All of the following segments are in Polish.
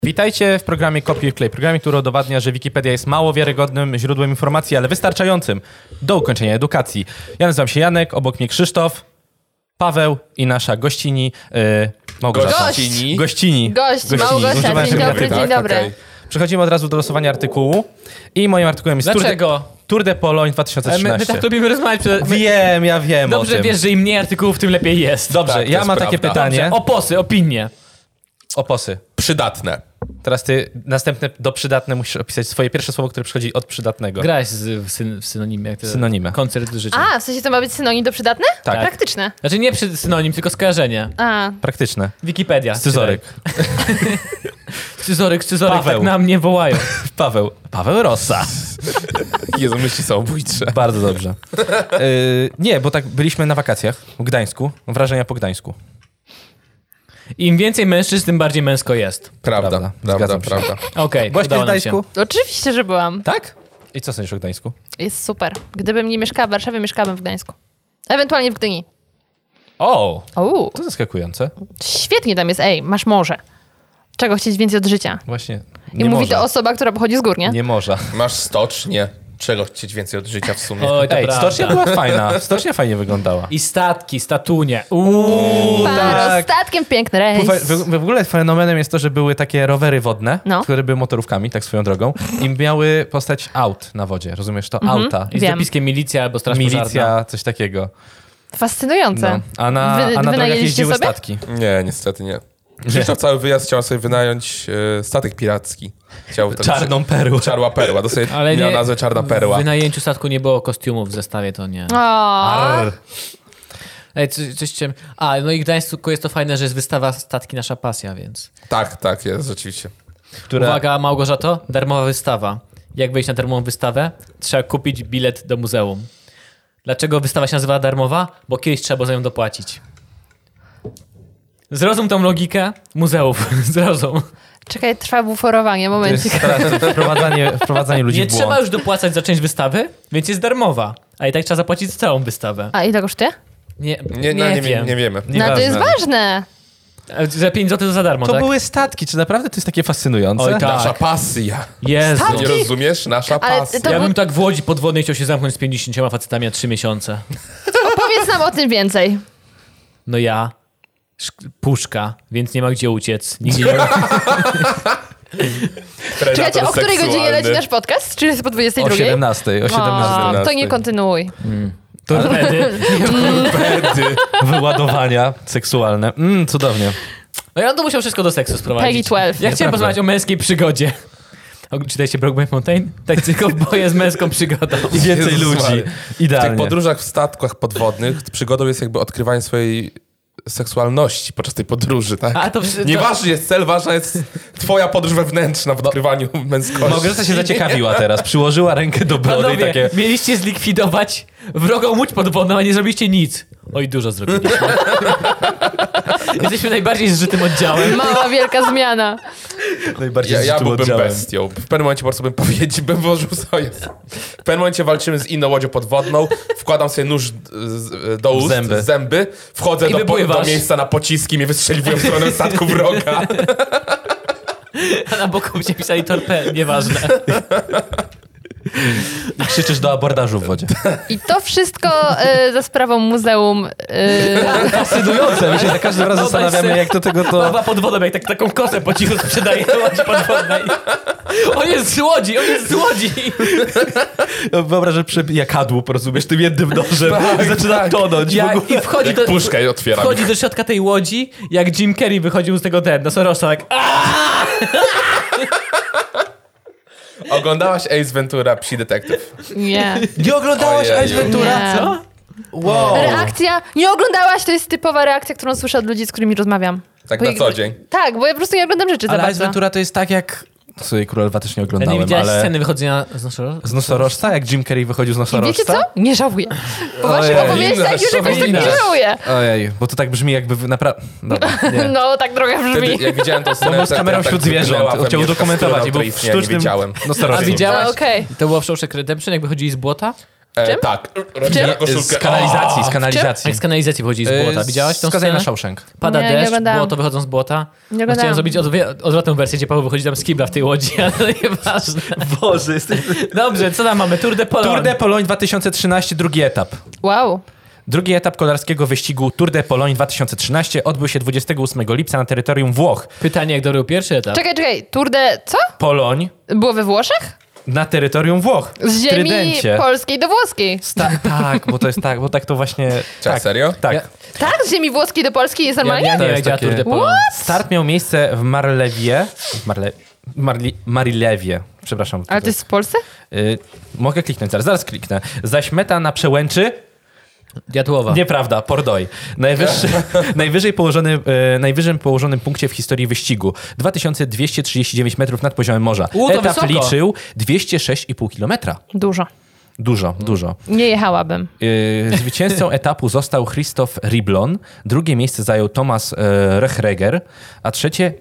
Witajcie w programie Kopiuj Wklej, programie, który udowadnia, że Wikipedia jest mało wiarygodnym źródłem informacji, ale wystarczającym do ukończenia edukacji. Ja nazywam się Janek, obok mnie Krzysztof, Paweł i nasza gościni Małgorzata. Gościni. Małgosia, Używam dzień się dobry, tak, dzień dobry. okay. Przechodzimy od razu do losowania artykułu i moim artykułem jest Dlaczego? Tour de Pologne 2013. My tak lubimy rozmawiać. Ja wiem Dobrze o tym. wiesz, że im mniej artykułów, tym lepiej jest. Dobrze, Tak, to ja jest mam takie prawda. pytanie. Dobrze, oposy, opinie. Oposy. Przydatne. Teraz ty następne do przydatne musisz opisać swoje pierwsze słowo, które przychodzi od przydatnego. Grałeś w synonimie. Jak to Synonimy. Koncert życia. A, w sensie to ma być synonim do przydatne? Tak. Praktyczne. Znaczy nie synonim, tylko skojarzenie. A, Praktyczne. Wikipedia. Scyzoryk. Scyzoryk, Paweł. tak na mnie wołają. Paweł Rossa. Jezu, myśli samobójcze. Bardzo dobrze. Nie, bo tak byliśmy na wakacjach w Gdańsku. Wrażenia po Gdańsku. Im więcej mężczyzn, tym bardziej męsko jest. Prawda. Zgadzam się. Okej, Byłaś udało w nam Gdańsku? oczywiście, że byłam. Tak? I co sądzisz o Gdańsku? Jest super. Gdybym nie mieszkała w Warszawie, mieszkałabym w Gdańsku. Ewentualnie w Gdyni. O, O, to zaskakujące. świetnie tam jest. Ej, masz morze. Czego chcieć więcej od życia? Właśnie. I mówi to osoba, która pochodzi z gór, nie? Nie może. Masz stocznię. Czego chcieć więcej od życia w sumie? Oj, to Ej, prawda. stocznia była fajna. Stocznia fajnie wyglądała. I statki, statunie. tak. Statkiem piękny rejs. W ogóle fenomenem jest to, że były takie rowery wodne, No. które były motorówkami, tak swoją drogą, i miały postać aut na wodzie. Rozumiesz to? Auta. I z Wiem. dopiskiem milicja albo straż pożarna. Milicja, coś takiego. Fascynujące. No. A na drogach wynajęliście jeździły sobie? statki. Nie, niestety nie. Krzysztof cały wyjazd chciał sobie wynająć statek piracki. Chciał ten Czarną perłę. Czarła perła. Dosyć Ale miał nie, nazwę Czarna perła. W wynajęciu statku nie było kostiumów w zestawie, to nie. O, Arr. Ej, coś chciałem... no i w Gdańsku jest to fajne, że jest wystawa Statki Nasza Pasja, więc... Tak, jest rzeczywiście. Która... Uwaga, Małgorzato, darmowa wystawa. Jak wejść na darmową wystawę? Trzeba kupić bilet do muzeum. Dlaczego wystawa się nazywa darmowa? Bo kiedyś trzeba było za nią dopłacić. Zrozum tą logikę muzeów. Zrozum. czekaj, trwa buforowanie, To jest momencik. straszne. Wprowadzanie ludzi Nie w błąd. trzeba już dopłacać za część wystawy, więc jest darmowa. A i tak trzeba zapłacić za całą wystawę. A ile kosztuje? Nie Nie wiem. wiemy. No to jest ważne. Za 5 zł to za darmo, To tak? były statki. Czy naprawdę to jest takie fascynujące? Oj, tak. Nasza pasja. Jezu. Nie rozumiesz? Nasza Ale pasja. to- Ja bym tak w Łodzi podwodnej chciał się zamknąć z 50 facetami na 3 miesiące. Opowiedz nam o tym więcej. No ja, puszka, więc nie ma gdzie uciec. Nigdzie nie ma... Czekajcie, o której godzinie seksualny. leci nasz podcast? Czy jest po 22? O 17. O 17. O, to nie kontynuuj. Torpedy. Torpedy. Wyładowania seksualne. Cudownie. No ja to musiał wszystko do seksu sprowadzić. Peggy 12. Ja chciałem Nieprawda. porozmawiać o męskiej przygodzie. Czytajcie Brokeback Mountain? Tak tylko boję z męską przygodą. I więcej Jezus ludzi. Maria. W tych Idealnie. podróżach w statkach podwodnych przygodą jest jakby odkrywanie swojej seksualności podczas tej podróży, tak? A to Nieważny jest cel, ważna jest twoja podróż wewnętrzna w odkrywaniu męskości. Małgorzata się zaciekawiła teraz. Przyłożyła rękę do brody i Panowie, takie... mieliście zlikwidować wrogą łódź podwodną, a nie zrobiliście nic. Oj, dużo zrobiliśmy. Jesteśmy najbardziej zżytym oddziałem. Mała, wielka zmiana. Najbardziej Ja zżytym byłbym oddziałem. bestią. W pewnym momencie po prostu bym powiedział, bym włożył sobie. W pewnym momencie walczymy z inną łodzią podwodną, wkładam sobie nóż do ust, zęby, wchodzę I do wypływasz. miejsca na pociski, mnie wystrzeliwują w stronę statku wroga. A na boku byście pisali torped, nieważne. I krzyczysz do abordażu w wodzie. I to wszystko za sprawą muzeum. Fascynujące. My się za każdym razem zastanawiamy, jak do tego to... Baba pod wodą, jak taką kosę po cichu sprzedaje na łodzi podwodnej. On jest z łodzi, on jest z łodzi. Wyobraź, że przebija kadłub, rozumiesz, tym jednym nożem i zaczyna tonąć. Ja, w ogóle. I wchodzi do, Puszkę i otwieram. wchodzi do środka tej łodzi, jak Jim Carrey wychodził z tego nosorożca, tak Oglądałaś Ace Ventura, Psi Detektyw? Nie. Nie oglądałaś Ojej. Ace Ventura? Nie. co? Wow. Reakcja. Nie oglądałaś? To jest typowa reakcja, którą słyszę od ludzi, z którymi rozmawiam. Tak Bo na jak- co dzień. Tak, bo ja po prostu nie oglądam rzeczy za Ale Ace bardzo. Ventura to jest tak jak... Słuchaj, Króla Lwa też nie Ja oglądałem, nie widziałeś ale... sceny wychodzenia z nosorożca? Z nosorożca? Jak Jim Carrey wychodził z I nosorożca? wiecie co? Nie żałuję. Po waszych Ojej. opowieściach już jakoś tak nie Powinnaś. żałuję. Ojej, bo to tak brzmi jakby naprawdę... Dobra, nie. No, tak trochę Wtedy, brzmi. jak widziałem to Bo scenę, był z kamerą wśród zwierząt. wybrnęła we Chciał mnie udokumentować taka i był w skóra, której sztucznym nie widziałem. A nosorożcu. widziałaś? No, okej. To było w Shawshank Redemption, jak wychodzili z błota? czym? Tak. Z kanalizacji. Jak z kanalizacji wychodzi z błota. Widziałaś tą Skazanie na scenę? Shawshank. Pada Nie, nie deszcz, oglądałam. błoto wychodzą z błota. Nie No, chciałem oglądałam. zrobić odwrotną wersję, gdzie Paweł wychodzi tam z kibla w tej łodzi, ale nieważne. Boże, jesteś... Dobrze, co tam mamy? Tour de Pologne. Tour de Pologne 2013, drugi etap. Wow. Drugi etap kolarskiego wyścigu Tour de Pologne 2013 odbył się 28 lipca na terytorium Włoch. Pytanie, jak dobry pierwszy etap. Czekaj, Tour de... Co? Pologne Było we Włoszech? na terytorium Włoch. Z ziemi Trydencie. polskiej do włoskiej. Tak, bo to jest tak, bo tak to właśnie... Tak, serio? Tak. Ja- Tak? Z ziemi włoskiej do Polski jest Ja normalnie? nie To wiem, jest jak działa takie- Tour de Pologne. Start miał miejsce w Marlewie. Marilewie. Przepraszam. Ale to jest w Polsce? Mogę kliknąć zaraz kliknę. Zaś meta na Przełęczy. Diatłowa. Nieprawda, Pordoi. Najwyżej położonym punkcie w historii wyścigu. 2239 metrów nad poziomem morza. To Etap wysoko. liczył 206,5 kilometra. Dużo. Dużo. Nie jechałabym. Zwycięzcą etapu został Christoph Riblon, drugie miejsce zajął Thomas Rechreger, a trzecie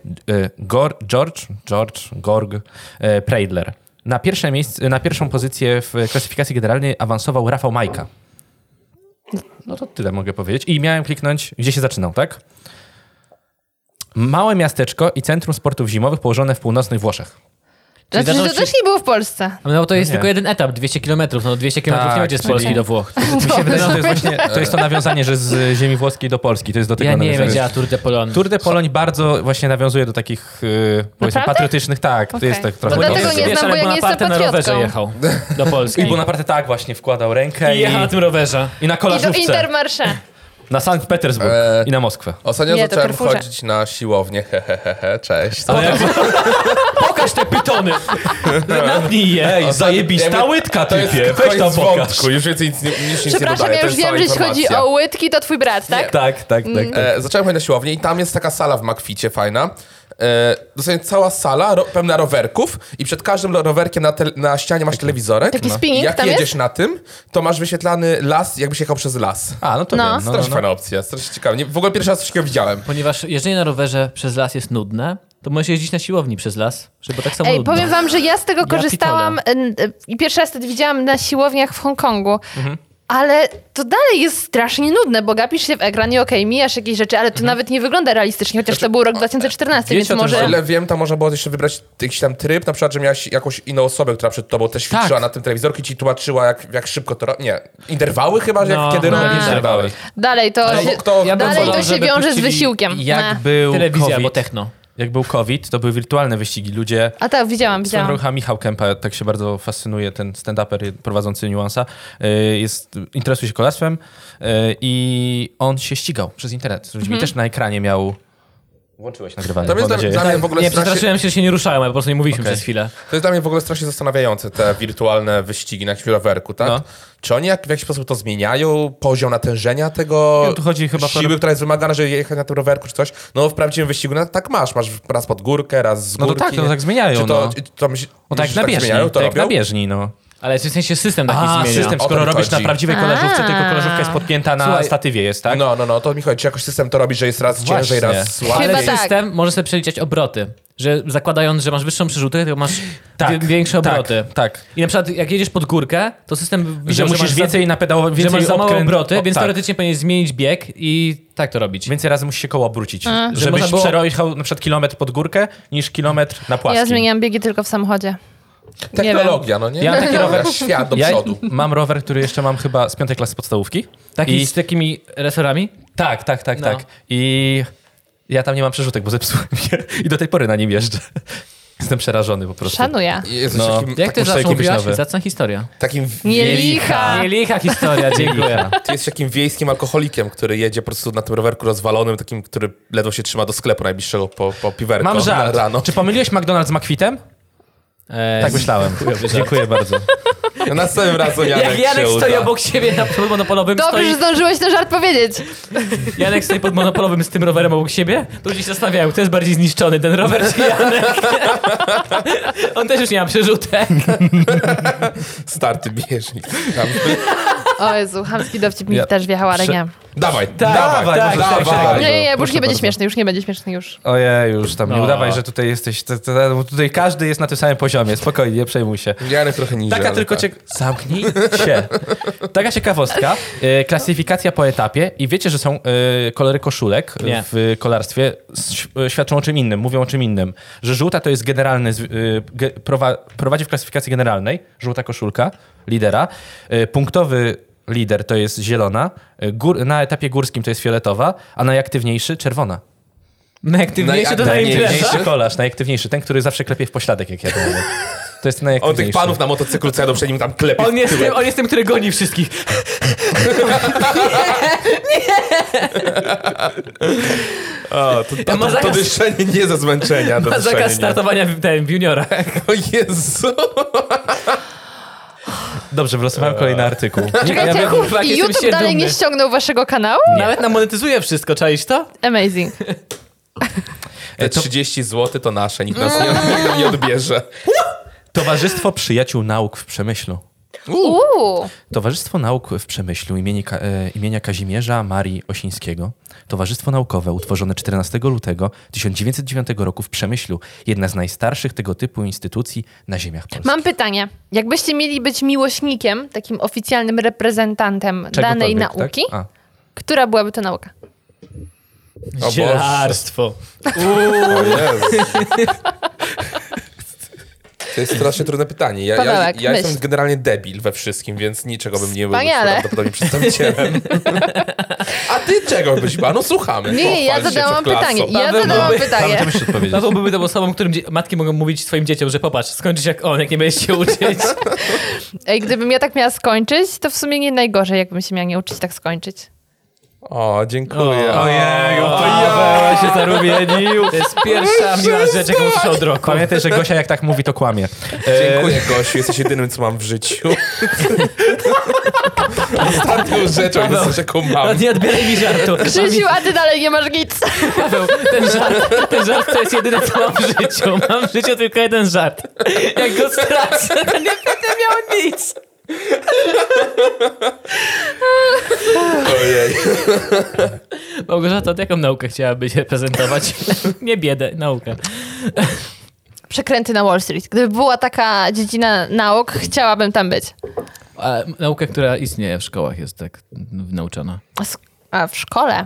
Georg Preidler. Na pierwszą pozycję w klasyfikacji generalnej awansował Rafał Majka. No to tyle mogę powiedzieć. I miałem kliknąć, gdzie się zaczynał, tak? Małe miasteczko i centrum sportów zimowych położone w północnych Włoszech. Czyli Znaczy, że zaczął to też nie było w Polsce. No to jest nie. tylko jeden etap, 200 km. No 200 km Tak, nie będzie z czyli- Polski do Włoch. Mi się wydaje, że to jest właśnie to jest to nawiązanie, że z ziemi włoskiej do Polski. To jest do tego Ja nie wiem, nawiązanie. jak działa Tour de Pologne. Tour de Pologne bardzo właśnie nawiązuje do takich, powiedzmy, Naprawdę? patriotycznych, tak, to Okej. jest tak To trochę... dlatego to- nie Wiesz, znam, ale bo ja nie jestem Bonaparte na rowerze patriotką. jechał do Polski. I Bonaparte tak właśnie wkładał rękę I jechał na tym rowerze. i na I do kolażówce, Intermarché. na Sankt Petersburg i na Moskwę. Ostatnio Nie, to zacząłem Carrefourze. chodzić na siłownię, cześć. Pokaż te pitony! Napnij je! Ej, zajebista łydka, To jest typie, weź koniec tam pokaż. wątku, już więcej nic nie Przepraszam, dodaję, ja to już jest cała wiem, że jeśli chodzi informacja. o łydki, to twój brat, tak? Tak. Zacząłem chodzić na siłownię i tam jest taka sala w Makwicie, fajna. Dosłownie cała sala pełna rowerków i przed każdym rowerkiem na ścianie masz telewizorek. Taki I spinning jak tam jedziesz jest? na tym, to masz wyświetlany las, jakbyś jechał przez las. A, no to No. wiem. Strasznie fajna opcja, strasznie ciekawe. W ogóle pierwszy raz coś takiego widziałem. Ponieważ jeżdżenie na rowerze przez las jest nudne, to możesz jeździć na siłowni przez las, żeby tak samo Ej, nudno. powiem wam, że ja z tego korzystałam i pierwszy raz wtedy widziałam na siłowniach w Hongkongu. Ale to dalej jest strasznie nudne, bo gapisz się w ekran i okej, mijasz jakieś rzeczy, ale to nawet nie wygląda realistycznie, chociaż to był rok 2014, więc wiecie o tym, O może... ile wiem, tam można było jeszcze wybrać jakiś tam tryb, na przykład, że miałeś jakąś inną osobę, która przed tobą też ćwiczyła na tym telewizorku i ci tłumaczyła, jak szybko to Nie, interwały chyba, że No, kiedy no, robisz interwały. Dalej to No, się, bo kto- Ja bym dalej wolał, to się żeby wiąże z puścili wysiłkiem. Jak był Telewizja COVID, albo techno. jak był COVID, to były wirtualne wyścigi. Ludzie... A tak, widziałam. Swoją drogą Michał Kępa, tak się bardzo fascynuje, ten stand-uper prowadzący Nuansa, interesuje się kolarstwem i on się ścigał przez internet z ludźmi. Też na ekranie miał... Włączyłeś nagrywanie, To jest mam nadzieję. dla mnie w ogóle Nie, strasznie... przestraszyłem się, że się nie ruszałem, ale po prostu nie mówiliśmy Okej. przez chwilę. To jest dla mnie w ogóle strasznie zastanawiające, te wirtualne wyścigi na jakimś rowerku, tak? No. Czy oni w jakiś sposób to zmieniają? Poziom natężenia tego Nie, tu chodzi chyba siły, która jest wymagana, żeby jechać na tym rowerku czy coś? No w prawdziwym wyścigu tak masz. Masz raz pod górkę, raz z No to górki. tak, no tak zmieniają, Czy to, no. to No tak myślisz, na bieżni, zmieniają? To tak jak na robią? bieżni, no. Ale w sensie system taki A, zmienia. system, O to skoro mi robisz chodzi. na prawdziwej koleżówce, tylko koleżówka jest podpięta na Słuchaj, statywie jest, tak? No, to mi chodzi. Czy jakoś system to robi, że jest raz Właśnie. ciężej, raz łatwiej? Chyba Ale tak. system może sobie przeliczać obroty. Że zakładając, że masz wyższą przerzutę, to masz większe obroty. Tak. I na przykład jak jedziesz pod górkę, to system Że widział, musisz masz więcej napedałować, że więcej masz za małe odkręt- obroty, więc tak. teoretycznie powinieneś zmienić bieg i tak to robić. Więcej razy musisz się koło obrócić. Że Żebyś można było- przejechał na przykład kilometr pod górkę, niż kilometr na płaskim. Ja zmieniam biegi tylko w samochodzie. Technologia, no nie? Ja mam taki rower. Świat do Ja przodu. mam rower, który jeszcze mam chyba z 5. klasy podstawówki. Taki I z takimi resorami? tak. No. I ja tam nie mam przerzutek, bo zepsułem je i do tej pory na nim jeżdżę. Jestem przerażony po prostu. Szanuję. Jest No. takim, Jak Tak ty muszę zawsze kiedyś mówiłaś? nowy. Zacna historia. takim Nie licha. Nie licha historia, dziękuję. Ty jesteś takim wiejskim alkoholikiem, który jedzie po prostu na tym rowerku rozwalonym, takim, który ledwo się trzyma do sklepu najbliższego po piwerko Mam żart. rano. Czy pomyliłeś McDonald's z McFitem? Tak myślałem. Dziękuję bardzo. Następnym razem Jak Janek Janek się stoi uda. obok siebie pod monopolowym, Dobrze, że zdążyłeś ten żart powiedzieć. Janek stoi pod monopolowym z tym rowerem obok siebie, to ludzie się zastanawiają, kto jest bardziej zniszczony, ten rower czy Janek? On też już nie ma przerzutek. Starty bieżnik. O Jezu, chamski dowcip mi też wjechał, ale nie. Dawaj, dawaj. Nie, bo już nie będzie śmieszny, już. Ojej, już tam nie udawaj, że tutaj jesteś, tutaj każdy jest na tym samym poziomie, spokojnie, nie przejmuj się. Janek trochę niżej. Taka tylko Zamknij się. Taka ciekawostka, klasyfikacja po etapie i wiecie, że są kolory koszulek w kolarstwie, świadczą o czym innym, mówią o czym innym, że żółta to jest generalny, prowadzi w klasyfikacji generalnej, żółta koszulka, lidera, punktowy lider to jest zielona, na etapie górskim to jest fioletowa, a najaktywniejszy czerwona. Najaktywniejszy to najaktywniejszy kolarz, najaktywniejszy, ten, który zawsze klepie w pośladek, jak ja to mówię. To jest najaktywniejszy. On tych panów na motocyklu, co jadą przed nim tam klepie. On jest tym, który goni wszystkich. O, to dyszenie nie ze zmęczenia. Ma zakaz startowania w juniorach. O Jezu. Dobrze, wylosowałem kolejny artykuł. Czekajcie, YouTube dalej nie ściągnął waszego kanału? Nawet nam monetyzuje wszystko, czaisz to? Amazing. Te 30 zł to nasze, nikt nas nie odbierze. Towarzystwo Przyjaciół Nauk w Przemyślu. Towarzystwo Nauk w Przemyślu imienia Kazimierza Marii Osińskiego. Towarzystwo naukowe utworzone 14 lutego 1909 roku w Przemyślu. Jedna z najstarszych tego typu instytucji na ziemiach polskich. Mam pytanie. Jakbyście mieli być miłośnikiem, takim oficjalnym reprezentantem danej nauki, tak? Która byłaby to nauka? Zielarstwo. O Jezu. To jest strasznie trudne pytanie. Ja jestem generalnie debil we wszystkim, więc niczego bym nie był prawdopodobnie przedstawicielem. A ty czego byś była? No słuchamy. Nie, ja zadałam pytanie. Paweł byłby tą osobą, którym matki mogą mówić swoim dzieciom, że popatrz, skończysz jak on, jak nie będziesz się uczyć. Ej, gdybym ja tak miała skończyć, to w sumie nie najgorzej, jakbym się miała nie uczyć tak skończyć. O, dziękuję. Ojej, to ja się zarumienił. To jest pierwsza miła rzecz, jaką usłyszał od roku. Pamiętaj, że Gosia jak tak mówi, to kłamie. Dziękuję, Gosiu. Jesteś jedynym, co mam w życiu. Ostatnią rzeczą, jaką mam. Nie odbieraj mi żartu. Krzysiu, a ty dalej nie masz nic. Paweł, ten żart to jest jedyne, co mam w życiu. Mam w życiu tylko jeden żart. Jak go stracę, to nie będę miał nic. Ojej. Małgorzata, jaką naukę chciałabyś reprezentować? Nie biedę, naukę. Przekręty na Wall Street. Gdyby była taka dziedzina nauk, chciałabym tam być. A nauka, która istnieje w szkołach, jest tak nauczana. A w szkole?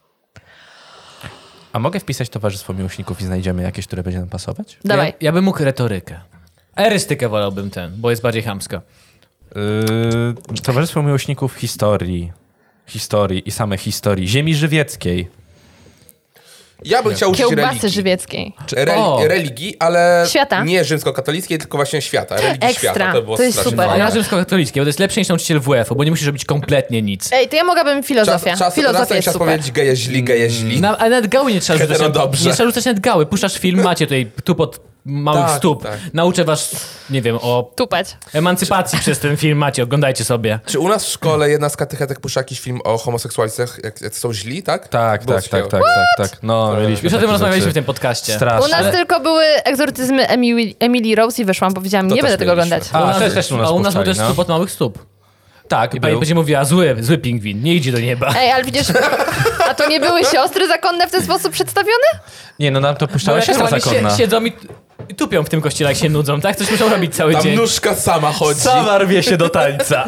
A mogę wpisać Towarzystwo Miłośników i znajdziemy jakieś, które będzie nam pasować? Dawaj. Ja bym mógł retorykę. Erystykę wolałbym bo jest bardziej chamska. Towarzystwo Miłośników Historii i same historii. Ziemi żywieckiej. Ja bym chciał uczyć Kiełbasy żywieckiej. Religii, ale świata. Nie rzymskokatolickiej, tylko właśnie świata. Religii Ekstra. świata. To było to jest super. A ja rzymskokatolickie, bo to jest lepsze niż nauczyciel WF-u, bo nie musisz robić kompletnie nic. Ej, to ja mogłabym filozofię. Filozofia jest super. Powiedzieć geje źli. Ale nawet gały nie trzeba rzucać. Nie trzeba rzucać nawet gały. Puszczasz film, macie tutaj tu pod małych stóp. Tak. Nauczę was, nie wiem, o tupać. Emancypacji przez ten film macie, oglądajcie sobie. Czy u nas w szkole jedna z katechetek puszcza jakiś film o homoseksualistach, jak są źli, tak? Tak. No, mieliśmy już o tym rozmawialiśmy w tym podcaście. Strasznie. U nas tylko były egzorcyzmy Emily Rose i wyszłam, powiedziałam, nie będę tego oglądać. A u nas był też stóp od małych stóp. Tak, i pani będzie mówiła, zły pingwin, nie idzie do nieba. Ej, ale widzisz, a to nie były siostry zakonne w ten sposób przedstawione? Nie, no nam to puszczała siostra zakonna. Siedzą i tupią w tym kościele, jak się nudzą, tak? Coś muszą robić cały dzień. Tam nóżka sama chodzi. Sama rwie się do tańca.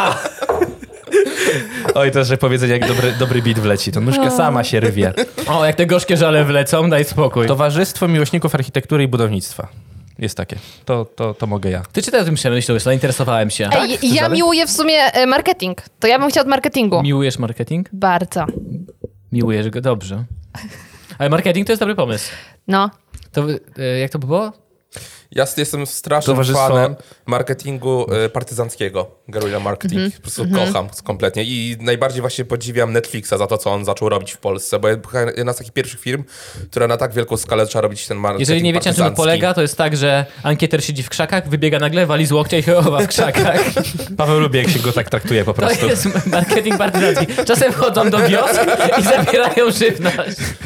Oj, to że powiedzenie, jak dobry beat wleci. To nóżka sama się rwie. O, jak te gorzkie żale wlecą, daj spokój. Towarzystwo Miłośników Architektury i Budownictwa. Jest takie. To mogę ja. Ty czy teraz o tym przemyślałeś? Zainteresowałem się. Ej, ja miłuję w sumie marketing. To ja bym chciał od marketingu. Miłujesz marketing? Bardzo. Miłujesz go? Dobrze. Ale marketing to jest dobry pomysł. No. To jak to było? Ja jestem strasznym fanem marketingu partyzanckiego, guerrilla marketing. Po prostu kocham kompletnie i najbardziej właśnie podziwiam Netflixa za to, co on zaczął robić w Polsce, bo jedna z takich pierwszych firm, która na tak wielką skalę trzeba robić ten marketing. Jeżeli nie wiecie, na czym to polega, to jest tak, że ankieter siedzi w krzakach, wybiega nagle, wali z łokcia i się chowa w krzakach. Paweł lubi, jak się go tak traktuje po prostu. To jest marketing partyzancki. Czasem wchodzą do wiosk i zabierają żywność.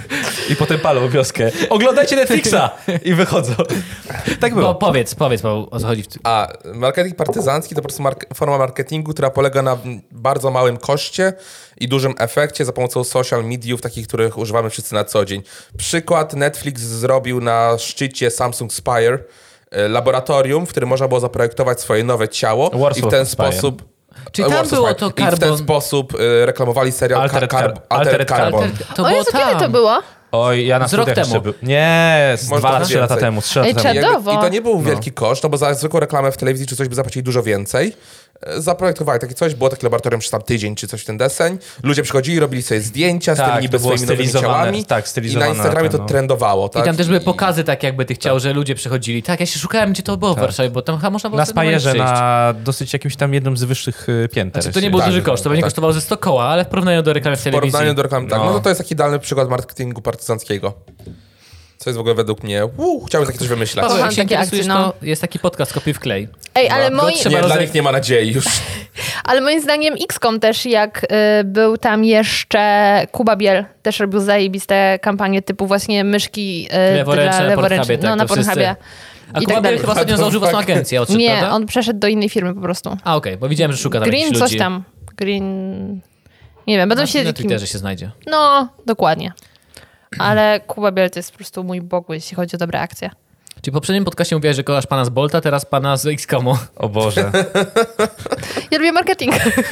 I potem palą wioskę. Oglądajcie Netflixa! I wychodzą. Tak było. Powiedz, Paweł, o co chodzi. A marketing partyzancki to po prostu forma marketingu, która polega na bardzo małym koszcie i dużym efekcie za pomocą social mediów, takich, których używamy wszyscy na co dzień. Przykład Netflix zrobił na szczycie Samsung Spire laboratorium, w którym można było zaprojektować swoje nowe ciało Warsaw i w ten Spire. sposób... Czy tam było to I w ten Carbon? sposób reklamowali serial Altered Carbon. To O było Jezu, tam. kiedy to było? Oj, ja na Z rok studiach jeszcze temu. był. Nie, z Może 2 trochę lata, 3 lata więcej. temu, z 3 lata Ej, temu. Czadowo. I to nie był wielki koszt, no bo za zwykłą reklamę w telewizji czy coś by zapłacili dużo więcej. Zaprojektowali takie coś, było takie laboratorium przez tam tydzień czy coś w ten deseń. Ludzie przychodzili, robili sobie zdjęcia z Tak, tymi to niby było swoimi nowymi stylizowane, ciałami. tak, I stylizowane na Instagramie na ten, to no. trendowało. I Tak? tam też były pokazy, tak jakby tych ciał, że ludzie przychodzili. Tak, ja się szukałem, gdzie to było w Warszawie, bo tam chyba można było Na sobie normalnie Spajerze, przyjść. na dosyć jakimś tam jednym z wyższych pięter. Znaczy, to nie był Tak, duży koszt, to pewnie tak. kosztowało ze 100 koła, ale w porównaniu do reklamy w W telewizji. porównaniu do reklamy, tak. No. No to jest taki idealny przykład marketingu partyzanckiego. Co jest w ogóle według mnie... chciałbym takie coś wymyślać. Paweł, Kocham jak się takie interesujesz, akcje, no. to jest taki podcast Kopiuj w klej. Ej, ale, No, trzeba dla nich nie ma nadziei już. ale moim zdaniem XCOM też, jak był tam jeszcze Kuba Biel, też robił zajebiste kampanie typu właśnie myszki Leworęczne dla na Pornhubie, leworęcznych. tak, No, na to wszyscy. Pornhubie. A I Kuba tak Biel dalej. chyba ostatnio założył własną agencję, odszedł, Nie, prawda? on przeszedł do innej firmy po prostu. A, okej, bo widziałem, że szuka tam Green jakichś coś ludzi. tam. Green... Nie wiem, będą się... Na jakim- Twitterze się znajdzie. No, dokładnie. Ale Kuba Biel to jest po prostu mój Bogu, jeśli chodzi o dobre akcje. Czyli w poprzednim podcastie mówiłeś, że kochasz pana z Bolta, teraz pana z XCOMu. O Boże. Ja lubię marketing.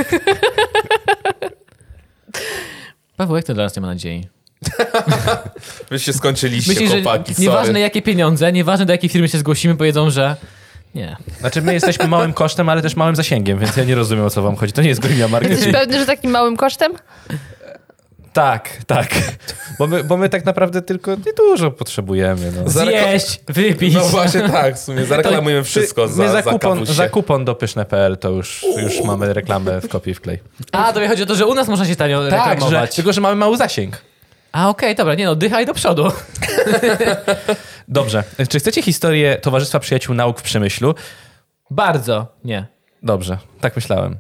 Paweł, jak to dla nas nie ma nadziei? Wy się skończyliście, Myślisz, że chłopaki, nieważne sorry. jakie pieniądze, nieważne do jakiej firmy się zgłosimy, powiedzą, że nie. Znaczy my jesteśmy małym kosztem, ale też małym zasięgiem, więc ja nie rozumiem, o co wam chodzi. To nie jest guerilla Jesteś marketing. pewny, że takim małym kosztem? Tak. Bo my tak naprawdę tylko niedużo potrzebujemy. No. Zjeść, wypić. No właśnie tak, w sumie zareklamujemy wszystko My za kawusie. za kupon do pyszne.pl to już mamy reklamę w Kopiuj w klej. A, to chodzi o to, że u nas można się tanio reklamować. tylko że mamy mały zasięg. A, okej, dobra, nie no, dychaj do przodu. Dobrze. Czy chcecie historię Towarzystwa Przyjaciół Nauk w Przemyślu? Bardzo, nie. Dobrze, tak myślałem.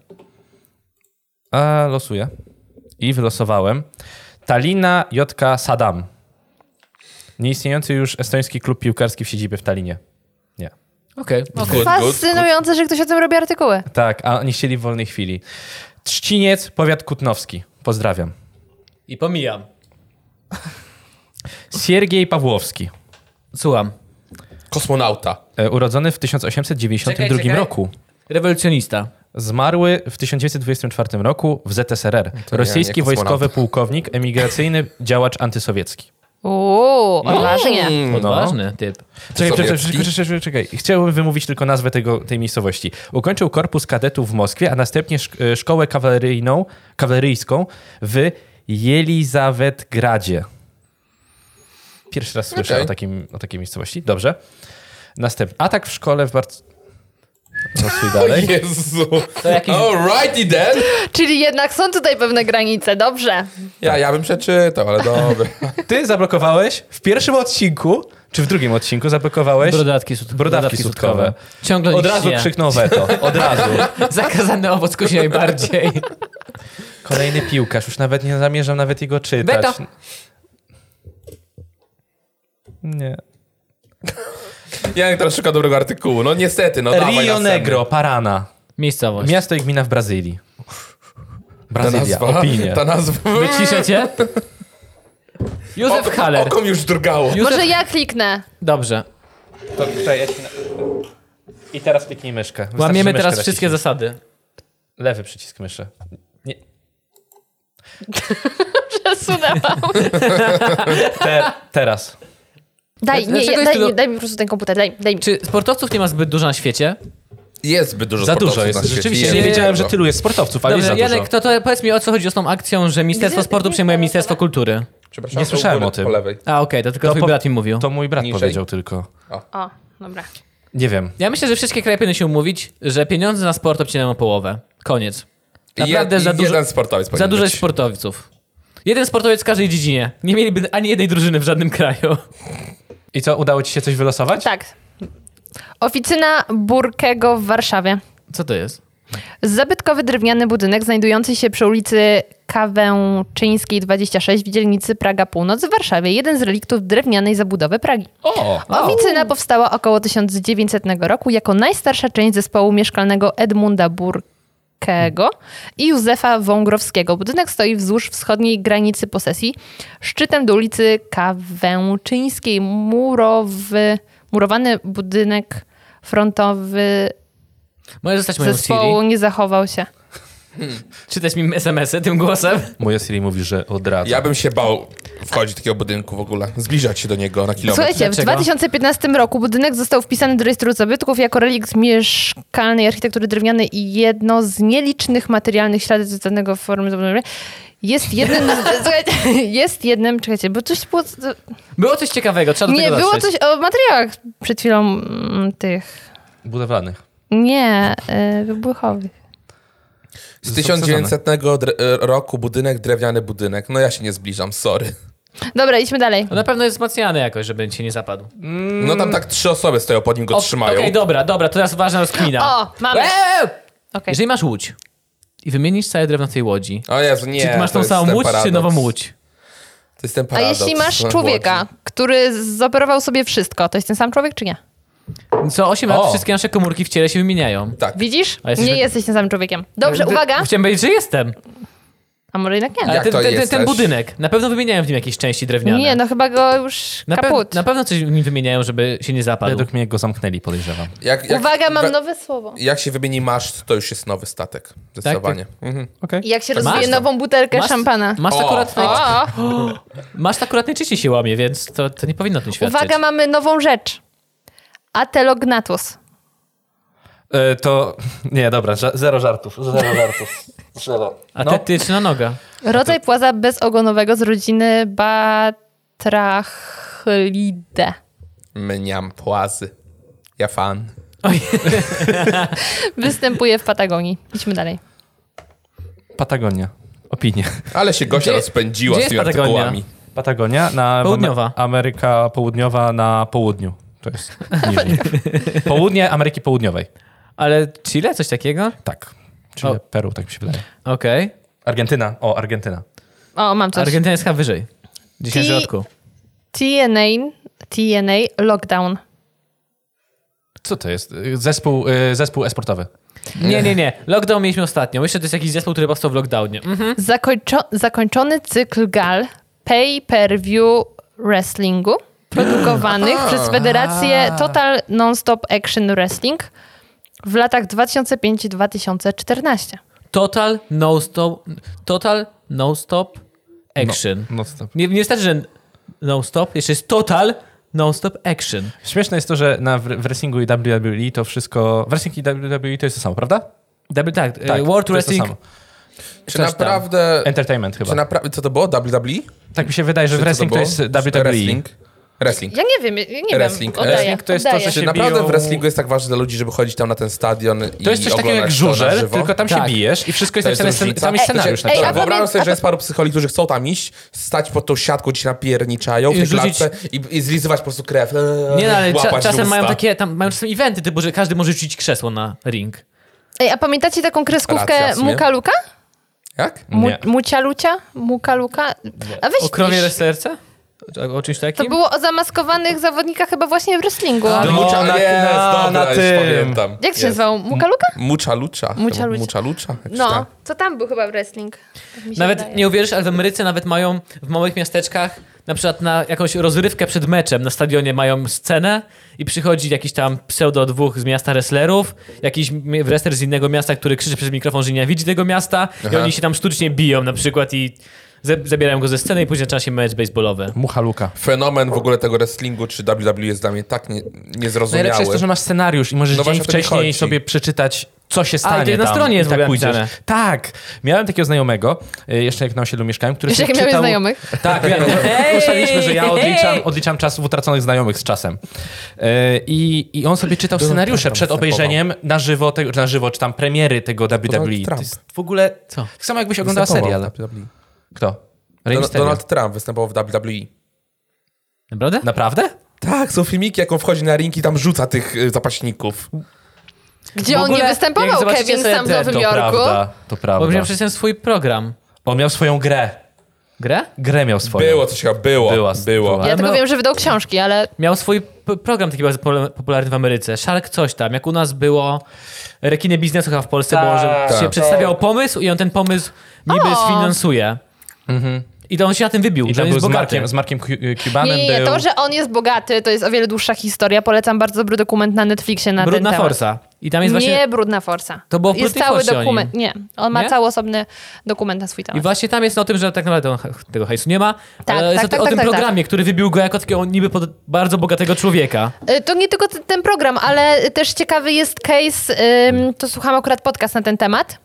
A losuję. I wylosowałem. Talina J.K. Sadam. Nieistniejący już estoński klub piłkarski w siedzibie w Talinie. Nie. Okej. Good, Fascynujące, że ktoś o tym robi artykuły. Tak, a oni chcieli w wolnej chwili. Trzciniec, powiat kutnowski. Pozdrawiam. I pomijam. Siergiej Pawłowski. Słucham. Kosmonauta. Urodzony w 1892 Czekaj. roku. Rewolucjonista. Zmarły w 1924 roku w ZSRR. Rosyjski nie kosmonauta. wojskowy pułkownik, emigracyjny działacz antysowiecki. Odważnie. Odważny typ. Czekaj. Chciałbym wymówić tylko nazwę tej miejscowości. Ukończył korpus kadetów w Moskwie, a następnie szkołę kawaleryjską w Jelizawetgradzie. Pierwszy raz słyszę o takiej miejscowości. Dobrze. Następny. Atak w szkole w Rosły dalej. Jezu. To jakiś... Alrighty then. Czyli jednak są tutaj pewne granice, dobrze. Ja bym przeczytał, ale dobra. Ty zablokowałeś w pierwszym odcinku, czy w drugim odcinku zablokowałeś Brodawki sutkowe. Ciągle Od razu nie. krzyknął weto. Od razu. Zakazany owoc kusi najbardziej. Kolejny piłkarz. Już nawet nie zamierzam nawet jego czytać. Weto. Nie. Ja teraz szukam dobrego artykułu. No niestety, no dawaj Rio następny. Negro, Parana. Miejscowość. Miasto i gmina w Brazylii. Ta Brazylia, nazwa, opinie. ta nazwa. Wyciszę cię? Józef Haller. Okom już drgało. Może ja kliknę. Dobrze. To, I teraz kliknij myszkę. Wystarczy, Łamiemy że myszkę teraz wszystkie naciśnij. zasady. Lewy przycisk myszy. Nie. Przesunęłam. Teraz. Dlaczego jest tylu- Daj mi po prostu ten komputer, daj mi. Czy sportowców nie ma zbyt dużo na świecie? Jest zbyt dużo Za sportowców dużo jest. na świecie. Rzeczywiście, Jest nie za wiedziałem, dużo. że tylu jest sportowców, ale jest Dobrze, za dużo. Janek, to powiedz mi, o co chodzi z tą akcją, że Ministerstwo Sportu przejmuje Ministerstwo Kultury. Przepraszam, Nie to słyszałem u góry o tym. Po lewej. A, okej, to tylko twój brat mi mówił. To mój brat Niżej. powiedział tylko. O, dobra. Nie wiem. Ja myślę, że wszystkie kraje powinny się umówić, że pieniądze na sport obcinają o połowę. Koniec. Naprawdę za dużo, Jeden sportowiec za powinien dużo być. jest sportowców. Jeden sportowiec w każdej dziedzinie. Nie mieliby ani jednej drużyny w żadnym kraju. I co, udało ci się coś wylosować? Tak. Oficyna Burkego w Warszawie. Co to jest? Zabytkowy drewniany budynek znajdujący się przy ulicy Kawęczyńskiej 26 w dzielnicy Praga Północ w Warszawie. Jeden z reliktów drewnianej zabudowy Pragi. Oficyna powstała około 1900 roku jako najstarsza część zespołu mieszkalnego Edmunda Burkego i Józefa Wągrowskiego. Budynek stoi wzdłuż wschodniej granicy posesji, szczytem do ulicy Kawęczyńskiej. Murowany budynek frontowy Możesz zostać moją zespołu Siri? nie zachował się. Czytać mi SMS-y tym głosem? Moja Siri mówi, że odradza. Ja bym się bał wchodzić do takiego budynku w ogóle, zbliżać się do niego na kilometr. Słuchajcie, w 2015 roku budynek został wpisany do rejestru zabytków jako relikt mieszkalnej architektury drewnianej i jedno z nielicznych materialnych śladów związanego w formie zabudowy. Czekajcie, bo coś było... Było coś ciekawego, trzeba do Nie, tego było dotrzeć. coś o materiałach przed chwilą tych... Budowlanych. Nie, wybuchowych. Z 1900 roku budynek, drewniany budynek. No ja się nie zbliżam, sorry. Dobra, idźmy dalej. No na pewno jest wzmacniany jakoś, żeby cię nie zapadł. No tam tak 3 osoby stoją pod nim, go trzymają. Okej, dobra, to teraz ważna rozkmina. O, mamy. Okay. Jeżeli masz łódź i wymienisz całe drewno w tej łodzi, O Jezu, nie. czy ty masz to tą jest samą ten łódź, paradoks. czy nową łódź? To jest ten A paradoks. jeśli masz na człowieka, Łodzi. który zoperował sobie wszystko, to jest ten sam człowiek, czy nie? Co 8 lat O. wszystkie nasze komórki w ciele się wymieniają. Tak. Widzisz? A jesteś- Nie jesteś tym samym człowiekiem. Dobrze, uwaga. Chciałem powiedzieć, że jestem. A może jednak nie? Ale Jak to ten jesteś? budynek, na pewno wymieniają w nim jakieś części drewniane. Nie, no chyba go już kaput. Na pewno coś w nim wymieniają, żeby się nie zapadł. Według mnie go zamknęli, podejrzewam. Uwaga, mam nowe słowo. Jak się wymieni maszt, to już jest nowy statek. Zdecydowanie. Mhm. I jak się Masz rozwije to. nową butelkę Masz- szampana. Masz O. akurat, O, masz akurat najczęściej się łamie, więc to nie powinno o tym świadczyć. uwaga, mamy nową rzecz. Atelognatus. To... Nie, dobra, zero żartów. Zero. Atetyczna noga. Rodzaj płaza bezogonowego z rodziny Batrachlidae. Mniam płazy. Ja fan. Występuje w Patagonii. Idźmy dalej. Patagonia. Opinie. Ale się Gosia Gdzie- rozpędziła gdzie z tymi jest Patagonia? artykułami. Patagonia na Południowa. Ameryka Południowa na południu. To jest niżej. Południe Ameryki Południowej. Ale Chile? Coś takiego? Tak. Czyli Peru, tak mi się wydaje. Okej. Argentyna. O, Argentyna. O, mam coś. Argentyna jest chyba wyżej. Gdzieś na środku. TNA Lockdown. Co to jest? Zespół esportowy. Nie. Lockdown mieliśmy ostatnio. Myślę, że to jest jakiś zespół, który powstał w lockdownie. Zakończony cykl gal pay-per-view wrestlingu produkowanych przez Federację Total Non-Stop Action Wrestling w latach 2005-2014. Total no stop action. No, stop. Nie wystarczy, że no stop, jeszcze jest total no stop action. Śmieszne jest to, że w wrestlingu i WWE to wszystko... Wrestling i WWE to jest to samo, prawda? Tak, Tak, World to jest to Wrestling. samo. Czy Coś naprawdę... Entertainment chyba. Co to było? WWE? Tak mi się wydaje, że Czy co wrestling to było? jest Czy WWE. Wrestling. Ja nie wiem, Wrestling. Oddaję. Wrestling to jest to, oddaję. że Czy się naprawdę biją- w wrestlingu jest tak ważne dla ludzi, żeby chodzić tam na ten stadion i To jest coś takiego jak oglądać to na żużel, żywo? tylko tam się Tak. bijesz i wszystko jest To jest napisane, różnica. tam jest scenariusz Ej, napisany. a Wyobrażam sobie, pamię- że jest paru psycholi, którzy chcą tam iść, stać pod tą siatką, gdzie się napierniczają w I tej rzucić- klatce i zlizywać po prostu krew. Nie, no, ale łapać czasem usta. mają takie, tam mają czasem eventy, typu, że każdy może rzucić krzesło na ring. Ej, a pamiętacie taką kreskówkę Racja w sumie. Muka Luka? Jak? Nie. Mucia Lucia? Muka Luka? A weź O krowie pisz. wrestlerce? O czymś To takim? było o zamaskowanych zawodnikach chyba właśnie w wrestlingu. A, No, No, Mucha, na- jest, na dobra, już tym. pamiętam. Jak się Jest. nazywał? Muka Luka? Mucha Lucha. Mucha Lucha. Mucha Lucha. jakoś No, tak. to tam był chyba wrestling. Tak mi się Nawet wydaje. nie uwierzysz, ale w Ameryce nawet mają w małych miasteczkach na przykład na jakąś rozrywkę przed meczem na stadionie mają scenę i przychodzi jakiś tam pseudo dwóch z miasta wrestlerów, jakiś wrestler z innego miasta, który krzyczy przez mikrofon, że nie widzi tego miasta i Aha. oni się tam sztucznie biją na przykład i zabierają go ze sceny i później zaczyna się mecz baseballowy. Mucha Luka. Fenomen w ogóle tego wrestlingu czy WWE jest dla mnie tak niezrozumiały. Najlepsze jest to, że masz scenariusz i możesz No dzień właśnie o to mi wcześniej chodzi. sobie przeczytać, co się stanie to jest na tam stronie i jest w ogóle pójdziesz. napisane. Tak. Miałem takiego znajomego, jeszcze jak na osiedlu mieszkałem, który Wiesz, sobie jakie miałeś czytał... znajomych? Tak, wiem. Ustaliliśmy, że ja odliczam czasów utraconych znajomych z czasem. I on sobie czytał scenariusze Trump przed tam obejrzeniem na żywo, czy tam premiery tego WWE. Donald To Trump. jest w ogóle... Co? Tak samo jakbyś oglądał Występował serial. w WWE. Kto? Rey Mysterio. Donald Trump występował w WWE. Naprawdę? Naprawdę? Tak, są filmiki, jak on wchodzi na ring i tam rzuca tych zapaśników. Gdzie W on nie ogóle, występował, jak zobaczycie Kevin, sobie sam w ten- Nowym To Jorku? prawda, to prawda. Bo miał przecież ten swój program. On miał swoją grę. Grę? Grę miał swoją. Było coś chyba, było. Ja Ale tylko wiem, że wydał książki, ale Miał swój program taki bardzo popularny w Ameryce. Shark coś tam. Jak u nas było rekiny biznesu chyba w Polsce, było, że się przedstawiał pomysł i on ten pomysł niby sfinansuje. I to on się na tym wybił, I że tam on był jest bogaty. z Markiem Cubanem nie. był... To, że on jest bogaty, to jest o wiele dłuższa historia. Polecam bardzo dobry dokument na Netflixie na Brudna ten temat. Forsa. I tam jest właśnie... Nie Brudna Forsa. To było w Jest Brudnej cały Forsie dokument. Nie, on ma Nie? cały osobny dokument na swój I temat. właśnie tam jest o tym, że tak naprawdę tego hajsu nie ma, Tak, ale jest tak, o tak, tym tak, programie, który wybił go jako takiego niby bardzo bogatego człowieka. To nie tylko ten program, ale też ciekawy jest case, to słucham akurat podcast na ten temat,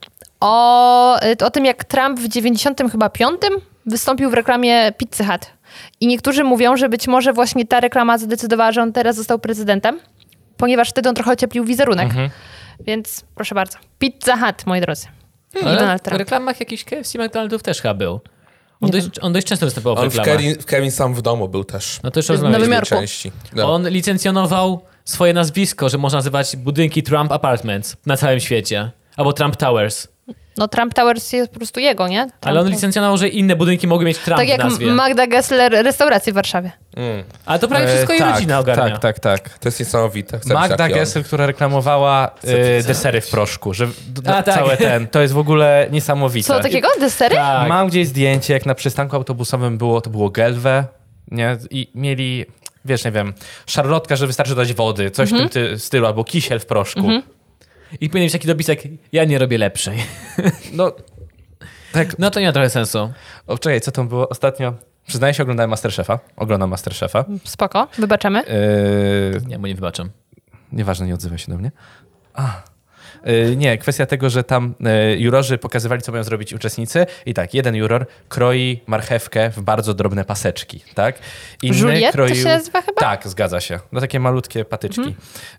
o tym, jak Trump w 95 wystąpił w reklamie Pizzy Hut. I niektórzy mówią, że być może właśnie ta reklama zadecydowała, że on teraz został prezydentem, ponieważ wtedy on trochę ocieplił wizerunek. Więc proszę bardzo. Pizza Hut, moi drodzy. I Ale Donald w Trump. reklamach jakichś KFC McDonald'ów też chyba był. Nie On dość często występował w On w reklamach. Kevin sam w domu był też. No to już Na rozmawialiśmy. wymiarku. Części. No. On licencjonował swoje nazwisko, że można nazywać budynki Trump Apartments na całym świecie. Albo Trump Towers. No Trump Towers jest po prostu jego, nie? Ale on Trump- licencjonował, że inne budynki mogły mieć Trump Tak w jak nazwie. Magda Gessler restaurację w Warszawie. Ale to prawie wszystko jej rodzina ogarnia. Tak. To jest niesamowite. Chcę być Magda taki on. Gessler, która reklamowała desery w proszku, że A, tak. całe to jest w ogóle niesamowite. Co, takiego? Desery? Tak. Mam gdzieś zdjęcie, jak na przystanku autobusowym to było Gelwe, nie? I mieli, wiesz, nie wiem, szarlotka, że wystarczy dać wody, coś w tym stylu, albo kisiel w proszku. I powinien być taki dopisek, ja nie robię lepszej. No, tak. No to nie ma trochę sensu. O, czekaj, co tam było ostatnio? Przyznaję się, oglądałem Masterchefa. Oglądam Masterchefa. Spoko, wybaczamy. Ja mu nie wybaczam. Nieważne, nie odzywaj się do mnie. Nie, kwestia tego, że tam jurorzy pokazywali, co mają zrobić uczestnicy i tak, jeden juror kroi marchewkę w bardzo drobne paseczki, tak? Juliette to się nazywa chyba? Tak, zgadza się. No takie malutkie patyczki.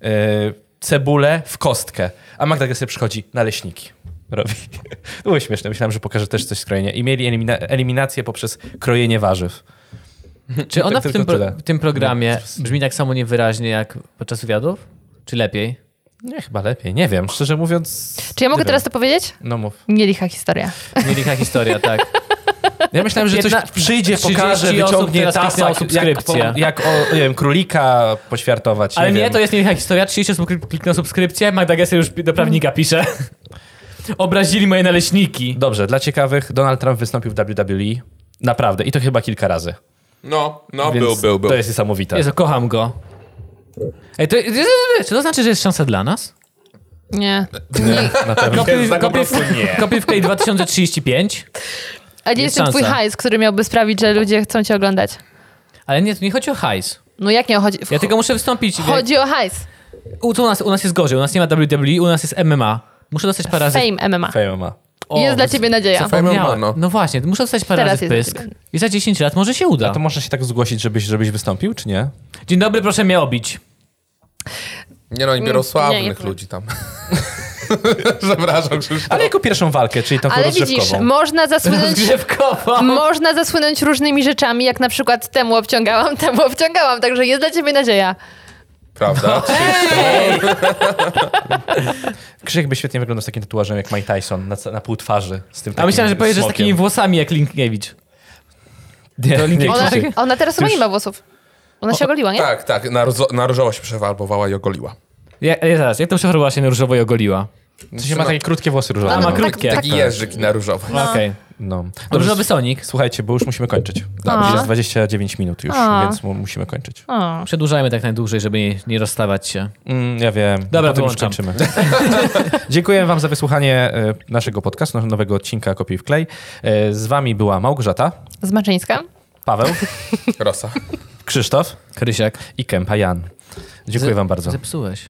Cebulę w kostkę, a Magda Gessler przychodzi, naleśniki robi. To było śmieszne, myślałem, że pokaże też coś z krojenia. I mieli eliminację poprzez krojenie warzyw. Czy ona Tylko tyle. w tym programie brzmi tak samo niewyraźnie jak podczas wywiadów? Czy lepiej? Nie, chyba lepiej. Nie wiem, szczerze mówiąc. Czy ja mogę nie teraz wiem. to powiedzieć? No mów. Nie licha historia. Nie licha historia, tak. Ja myślałem, że coś przyjdzie, 30 pokaże, osób wyciągnie teraz tasak, kliknęło subskrypcję. jak nie wiem, królika poćwiartować. Ale nie, wiem. to jest nie licha historia. 30 osób kliknął subskrypcję, Magda Gessler już do prawnika pisze. Obrazili moje naleśniki. Dobrze, dla ciekawych, Donald Trump wystąpił w WWE. Naprawdę. I to chyba kilka razy. No, Więc był. To jest niesamowite. Jezu, kocham go. Ej, czy to znaczy, że jest szansa dla nas? Nie. Na pewno. Kopię w klej 2035. A gdzie Jest jest ten twój szansa. hajs, który miałby sprawić, że ludzie chcą cię oglądać? Ale nie, tu nie chodzi o hajs. No jak nie chodzi? Ja tylko muszę wystąpić. Chodzi o hajs. U nas jest gorzej. U nas nie ma WWE, u nas jest MMA. Muszę dostać parę razy... Fame MMA. Fame ma. O, Jest dla ciebie nadzieja. zapomniałem. no. No właśnie, muszę dostać parę Teraz razy jest pysk. dla ciebie. I za 10 lat może się uda. A to można się tak zgłosić, żebyś wystąpił, czy nie? Dzień dobry, proszę mnie obić. Nie no, oni biorą nie sławnych wiem. ludzi tam. Przepraszam, Krzysztof. Ale jako pierwszą walkę, czyli tą Ale widzisz, rozgrzewkową. Rozgrzewkowo. zasłynąć różnymi rzeczami, jak na przykład temu obciągałam, także jest dla ciebie nadzieja. Prawda? Krzyk by świetnie wyglądał z takim tatuażem jak Mike Tyson na pół twarzy. Z tym A myślałem, że powiesz, że z smokiem. takimi włosami jak Linkniewicz. Nie, to Linkiewicz. Krzysiek. Ona teraz chyba nie ma włosów. Ona się ogoliła, nie? Tak, na różowo się przefarbowała i ogoliła. Zaraz, jak to przechorowała się na różowo i ogoliła? W sensie ma takie krótkie włosy różowe. A, ma tak- krótkie. Taki jeżyk na różowo. Okej. No. Różowy Sonik. Słuchajcie, bo już musimy kończyć. A. Jest 29 minut już, A. więc musimy kończyć. O. Przedłużajmy tak najdłużej, żeby nie rozstawać się. Ja wiem. Dobra, Potem już wyłączam. kończymy. Dziękuję wam za wysłuchanie naszego podcastu, nowego odcinka Kopiuj w klej. Z wami była Małgorzata, Zmaczyńska. Paweł, Rosa. Krzysztof Krysiak. i Kępa Jan. Dziękuję wam bardzo. Zepsułeś.